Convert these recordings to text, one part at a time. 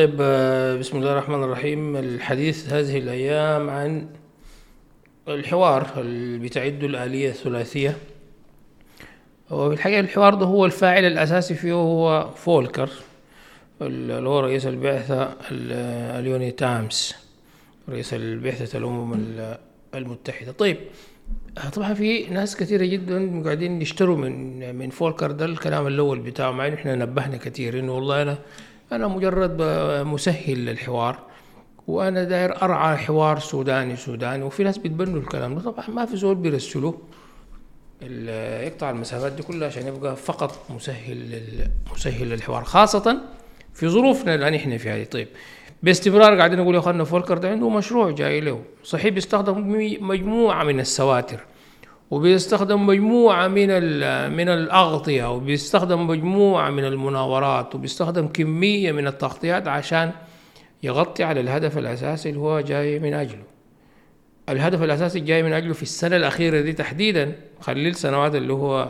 طيب، بسم الله الرحمن الرحيم. الحديث هذه الأيام عن الحوار اللي بتعده الآلية الثلاثية. وفي الحقيقة الحوار ده هو الفاعل الأساسي فيه هو فولكر، اللي هو رئيس البعثة اليوني تامس، رئيس البعثة الأمم المتحدة. طيب، طبعا في ناس كثيرة جدا قاعدين يشتروا من فولكر ده الكلام الأول بتاعه، مع إنه إحنا نبهنا كثير إنه والله أنا مجرد مسهل للحوار، وأنا داير أرعى حوار سوداني، وفي ناس بيتبنوا الكلام ده. طبعا ما في زول بيرسلوه يقطع المسافات دي كلها عشان يبقى فقط مسهل للحوار، خاصة في ظروفنا اللي احنا فيها دي. طيب، باستمرار قاعدين نقول يا اخوانا فولكر ده عنده مشروع جاي له، صحيح بيستخدم مجموعة من السواتر، وبيستخدم مجموعة من الأغطية، وبيستخدم مجموعة من المناورات، وبيستخدم كمية من التغطيات عشان يغطي على الهدف الأساسي اللي هو جاي من أجله. الهدف الأساسي جاي من أجله في السنة الأخيرة دي تحديدا، خلال سنوات اللي هو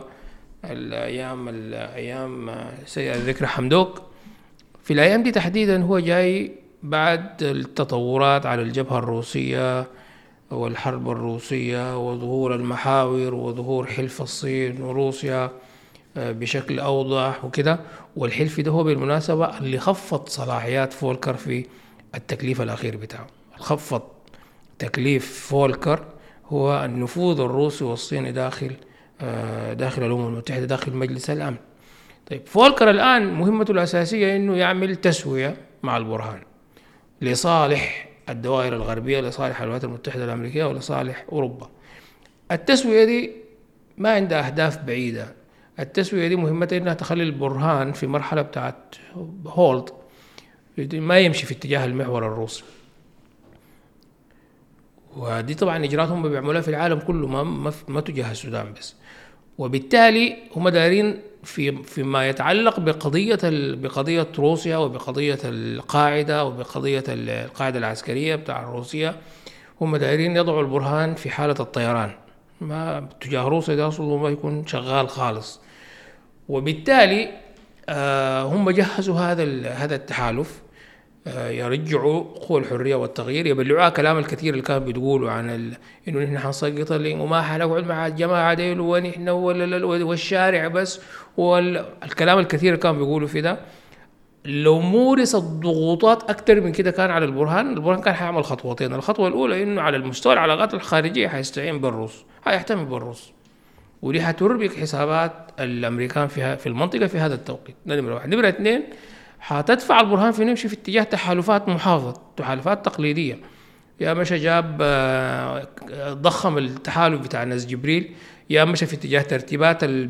الأيام سيئة الذكر حمدوك. في الأيام دي تحديدا هو جاي بعد التطورات على الجبهة الروسية والحرب الروسية وظهور المحاور وظهور حلف الصين وروسيا بشكل أوضح وكده. والحلف ده هو بالمناسبة اللي خفض صلاحيات فولكر في التكليف الأخير بتاعه. خفض تكليف فولكر هو النفوذ الروسي والصيني داخل الأمم المتحدة، داخل مجلس الأمن. طيب، فولكر الآن مهمته الأساسية إنه يعمل تسوية مع البرهان لصالح الدوائر الغربية، لصالح الولايات المتحدة الأمريكية ولصالح أوروبا. التسوية دي ما عندها أهداف بعيدة. التسوية دي مهمتها إنها تخلي البرهان في مرحلة بتاعت هولد، ما يمشي في اتجاه المحور الروسي. ودي طبعا إجراءات هم بيعملوها في العالم كله، ما تجاه السودان بس. وبالتالي هم دايرين فيما يتعلق بقضية روسيا وبقضية القاعدة وبقضية القاعدة العسكرية بتاع روسيا، هم دايرين يضعوا البرهان في حالة الطيران، ما تجاه روسيا ده أصله ما يكون شغال خالص. وبالتالي هم جهزوا هذا التحالف، يرجعوا قوى الحريه والتغيير، يبلعوها كلام الكثير اللي كانوا بتقولوا عن انه نحن حنسقط وما حنقعد مع الجماعه ديل ونحن والشارع بس، والكلام الكثير اللي كانوا بيقولوا في ده. لو مورست الضغوطات اكثر من كده كان على البرهان كان حيعمل خطوتين. الخطوه الاولى انه على المستوى العلاقات الخارجيه حيستعين بالروس، حيهتم بالروس، ودي حتربك حسابات الامريكان في المنطقه في هذا التوقيت. ده نمره واحد. نمره اثنين، حتدفع البرهان في نمشي في اتجاه تحالفات محافظة، تحالفات تقليدية. يا مشى جاب ضخم التحالف بتاع ناس جبريل، يا مشى في اتجاه ترتيبات اللي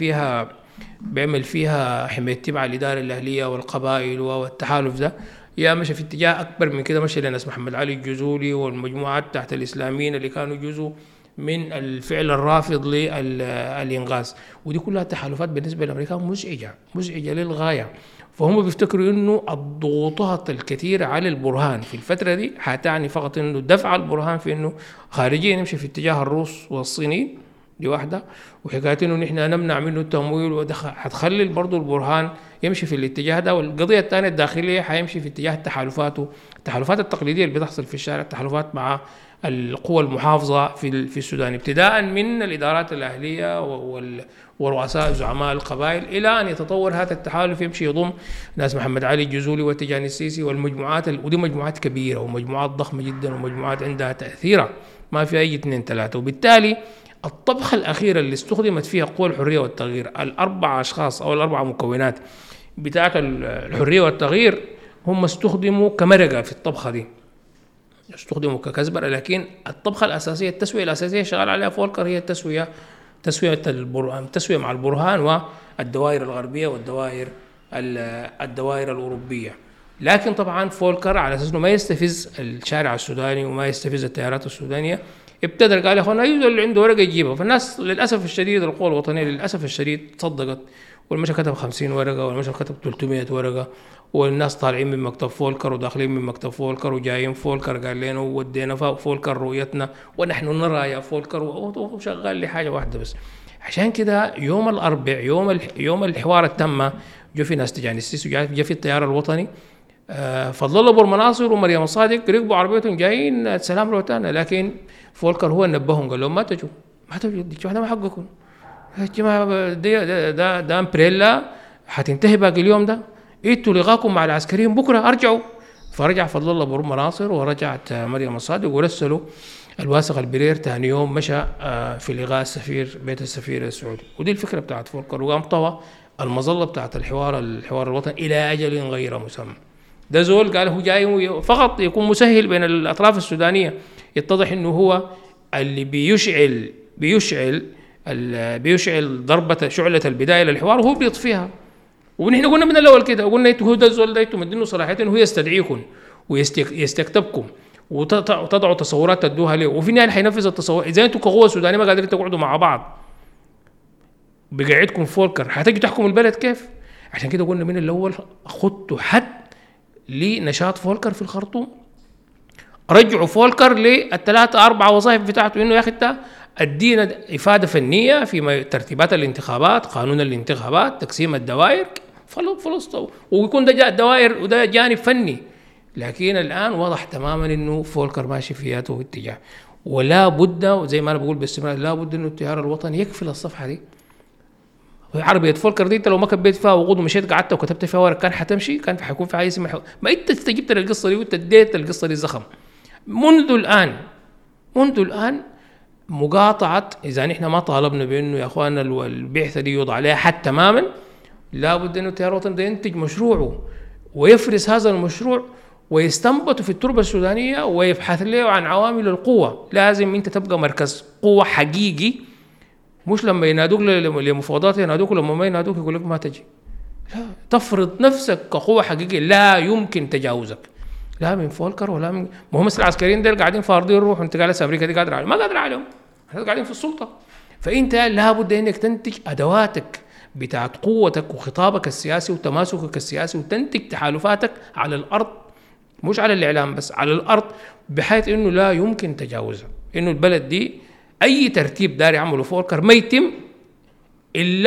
بيعمل فيها حماية تبع الإدارة الأهلية والقبائل والتحالف ده، يا مشى في اتجاه أكبر من كده، مشى لناس محمد علي الجزولي والمجموعات تحت الإسلاميين اللي كانوا جزء من الفعل الرافض للإنغاز. ودي كلها تحالفات بالنسبة للأمريكان مزعجة للغاية. فهم بيفتكروا انه الضغوطات الكثيرة على البرهان في الفترة دي حتعني فقط انه دفع البرهان في انه خارجيا يمشي في اتجاه الروس والصينيين، دي واحدة. وحكاية انه نحن نمنع منه التمويل حتخلي برضه البرهان يمشي في الاتجاه ده. والقضية الثانية الداخلية حيمشي في اتجاه التحالفات التقليدية اللي بتحصل في الشارع، التحالفات مع القوى المحافظة في السودان، ابتداء من الإدارات الأهلية ورؤساء زعماء القبائل، إلى أن يتطور هذا التحالف يمشي يضم ناس محمد علي الجزولي وتجاني السيسي والمجموعات ودي مجموعات كبيرة ومجموعات ضخمة جدا ومجموعات عندها تأثيرة ما في أي 2 3. وبالتالي الطبخة الأخيرة اللي استخدمت فيها قوى الحرية والتغيير، الأربع أشخاص أو الأربع مكونات بتاعت الحرية والتغيير، هم استخدموا كمرقة في الطبخة دي، استخدموا ككزبرة. لكن الطبخة الأساسية، التسوية الأساسية شغال عليها فولكر هي تسوية مع البرهان والدوائر الغربية والدوائر الأوروبية. لكن طبعا فولكر على أساس أنه ما يستفز الشارع السوداني وما يستفز التيارات السودانية، ابتدى قال يا أخوانا يوجد اللي عنده ورقة يجيبها. فالناس للأسف الشديد، القوى الوطنية للأسف الشديد صدقت، والمشى كتب 50 ورقة والمشى كتب 300 ورقة، والناس طالعين من مكتب فولكر وداخلين من مكتب فولكر وجايين فولكر قال لنا ودينا فولكر رؤيتنا ونحن نرى يا فولكر، وشغال لحاجة واحدة بس. عشان كده يوم الأربع، يوم الحوار التم، جو في ناس تجاني السيسي وجا في التيار الوطني، فضل الله بورمناصر ومريم الصادق ركبوا عربيتهم جايين سلام روتانا، لكن فولكر هو نبههم قال لهم ما تجوا هذا ما حقكم يا جماعه، ده امبريلا حتنتهي باقي اليوم ده، انتوا لقاكم مع العسكريين بكره ارجعوا. فرجع فضل الله بورمناصر ورجعت مريم الصادق ورسلوا الواسق البرير ثاني يوم مشى في لغاء السفير بيت السفير السعودي. ودي الفكره بتاعت فولكر، وقام طوى المظله بتاعت الحوار الوطني الى اجل غير مسمى. ده زول قال هو جاي فقط يكون مسهل بين الاطراف السودانيه، يتضح انه هو اللي بيشعل ضربه شعله البدايه للحوار وهو بيطفيها. ونحن قلنا من الاول كده، وقلنا انتوا هو ده الزول ده انتوا مدينه صلاحيه انه هو يستدعيكم ويستكتبكم وتضعوا تصورات تدوها له، وفي النهايه حينفذ التصور. اذا انتوا كقوه سودانيه ما قادرين تقعدوا مع بعض بقعدكم فولكر حتجوا تحكموا البلد كيف؟ عشان كده قلنا من الاول خدتوا حد لنشاط فولكر في الخرطوم، رجعوا فولكر للثلاثة 4 وظائف بتاعته، انه يا اخي انت ادينا افاده فنيه في ترتيبات الانتخابات، قانون الانتخابات، تقسيم الدوائر، خلص ويكون ده الدوائر وده جانب فني. لكن الان واضح تماما انه فولكر ماشي في ذاته اتجاه، ولا بد زي ما انا بقول باستمرار لا بد انه التيار الوطني يقفل الصفحه دي. عربيه فولكر دي انت لو ما كبيت فيها وقود ومشيت قعدت وكتبت فيها ورق كان حتمشي، كان حيكون في اسم ما انت استجبت للقصه دي وانت اديت القصه دي زخم. منذ الان مقاطعه، اذا نحن ما طالبنا بانه يا اخواننا البعثه دي يوضع عليها حد تماما، لابد انه التيار الوطني ده ينتج مشروعه ويفرز هذا المشروع ويستنبط في التربه السودانيه ويبحث له عن عوامل القوه. لازم انت تبقى مركز قوه حقيقي، مش لما ينادوك لمفاوضات ينادوك، لما ما ينادوك يقول لك ما تجي. لا، تفرض نفسك كقوه حقيقيه لا يمكن تجاوزك، لا من فولكر ولا من هم العسكريين دول قاعدين فارضين روح، وانت قاعد امريكا دي قادره عليهم، ما قادره عليهم، احنا قاعدين في السلطه. فانت لابد انك تنتج ادواتك بتاعت قوتك وخطابك السياسي وتماسكك السياسي، وتنتج تحالفاتك على الارض، مش على الاعلام بس، على الارض، بحيث انه لا يمكن تجاوزها. انه البلد دي اي ترتيب داري يعمله فولكر ما يتم ان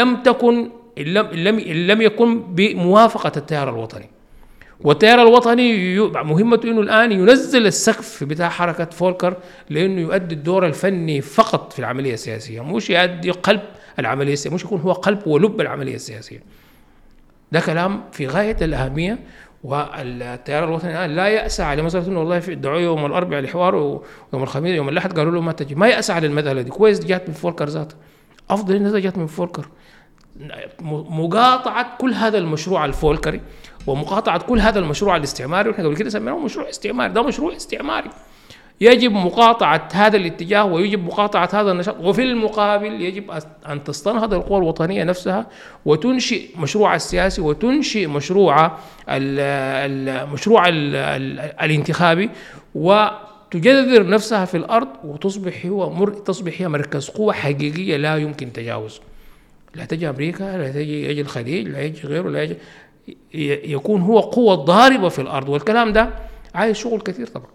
لم يكن بموافقه التيار الوطني. والتيار الوطني مهمته انه الان ينزل السقف بتاع حركه فولكر، لانه يؤدي الدور الفني فقط في العمليه السياسيه، مش يؤدي قلب العمليه السياسيه، مش يكون هو قلب ولب العمليه السياسيه. ده كلام في غايه الاهميه. والتيار الوطني الان لا يأسى على مساله انه والله في الدعوه يوم الاربعاء لحوار، ويوم الخميس يوم الاحد قالوا له ما تجي، ما يأسى على المساله دي. كويس جات من فولكر ذاته، افضل انها جات من فولكر. مقاطعه كل هذا المشروع الفولكري ومقاطعه كل هذا المشروع الاستعماري، واحنا قبل كده سميناه مشروع استعماري، ده مشروع استعماري. يجب مقاطعه هذا الاتجاه ويجب مقاطعه هذا النشاط، وفي المقابل يجب ان تستنهض القوى الوطنيه نفسها وتنشئ مشروعها السياسي وتنشئ مشروعها الانتخابي، وتجذر نفسها في الارض وتصبح هي مركز قوه حقيقيه لا يمكن تجاوز. لا تجي امريكا، لا يجي الخليج، لا يجي غيره، لا يجي، يكون هو قوه ضاربه في الارض. والكلام ده عايز شغل كثير طبعا،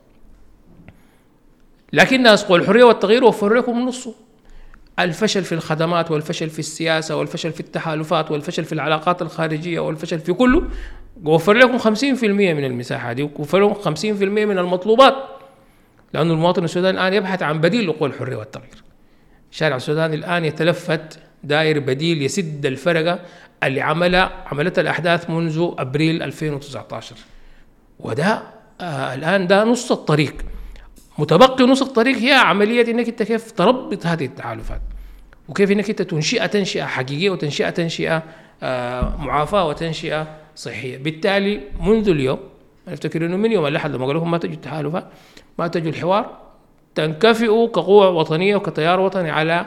لكن ناس الحريه والتغيير وفر لكم نصه. الفشل في الخدمات والفشل في السياسه والفشل في التحالفات والفشل في العلاقات الخارجيه والفشل في كله، وفر لكم 50% من المساحه دي، وفر لكم 50% من المطلوبات، لانه المواطن السوداني الان يبحث عن بديل لقوى الحريه والتغيير. الشارع السوداني الان يتلفت داير بديل يسد الفرقه اللي عملتها الاحداث منذ ابريل 2019، وده الان ده نص الطريق. متبقي نص الطريق هي عمليه انك انت كيف تربط هذه التحالفات، وكيف انك انت تنشئه حقيقيه وتنشئه معافاه وتنشئه صحيه. بالتالي منذ اليوم انا افتكر انه من يوم الاحد لما قال لهم ما تجوا التحالفات، ما تجوا الحوار، تنكفئوا كقوه وطنيه وكتيار وطني على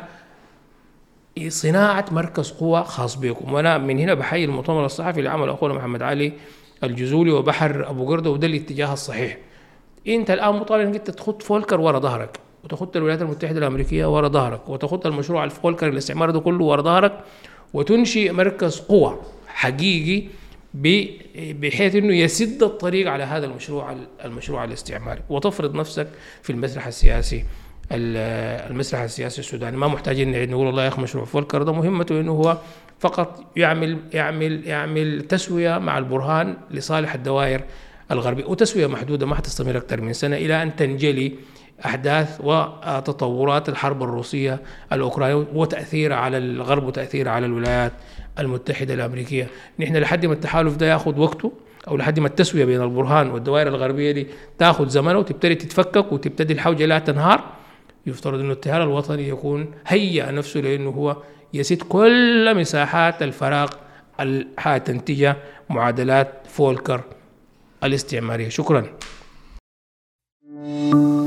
صناعه مركز قوه خاص بكم. وانا من هنا بحيي المؤتمر الصحفي اللي عمله اخونا محمد علي الجزولي وبحر ابو قرده، وده الاتجاه الصحيح. انت الان مطالب انك انت تخط فولكر ورا ظهرك، وتخط الولايات المتحده الامريكيه ورا ظهرك، وتخط المشروع الفولكر الاستعماري ده كله ورا ظهرك، وتنشئ مركز قوه حقيقي بحيث انه يسد الطريق على هذا المشروع الاستعماري، وتفرض نفسك في المسرح السياسي السوداني. ما محتاجين نعيد نقول والله يا اخي مشروع فولكر ده مهمته انه هو فقط يعمل تسويه مع البرهان لصالح الدوائر الغربي، وتسوية محدودة ما حتستمر أكثر من سنة إلى أن تنجلي أحداث وتطورات الحرب الروسية الأوكرانية وتأثيرها على الغرب وتأثيرها على الولايات المتحدة الأمريكية. نحن لحد ما التحالف ده ياخذ وقته، أو لحد ما التسوية بين البرهان والدوائر الغربية دي تاخذ زمنه وتبتدي تتفكك وتبتدي الحوجة لا تنهار، يفترض أن التيار الوطني يكون هيأ نفسه لأنه هو يسد كل مساحات الفراغ اللي حتنتجها معادلات فولكر الاستعمارية. شكرا.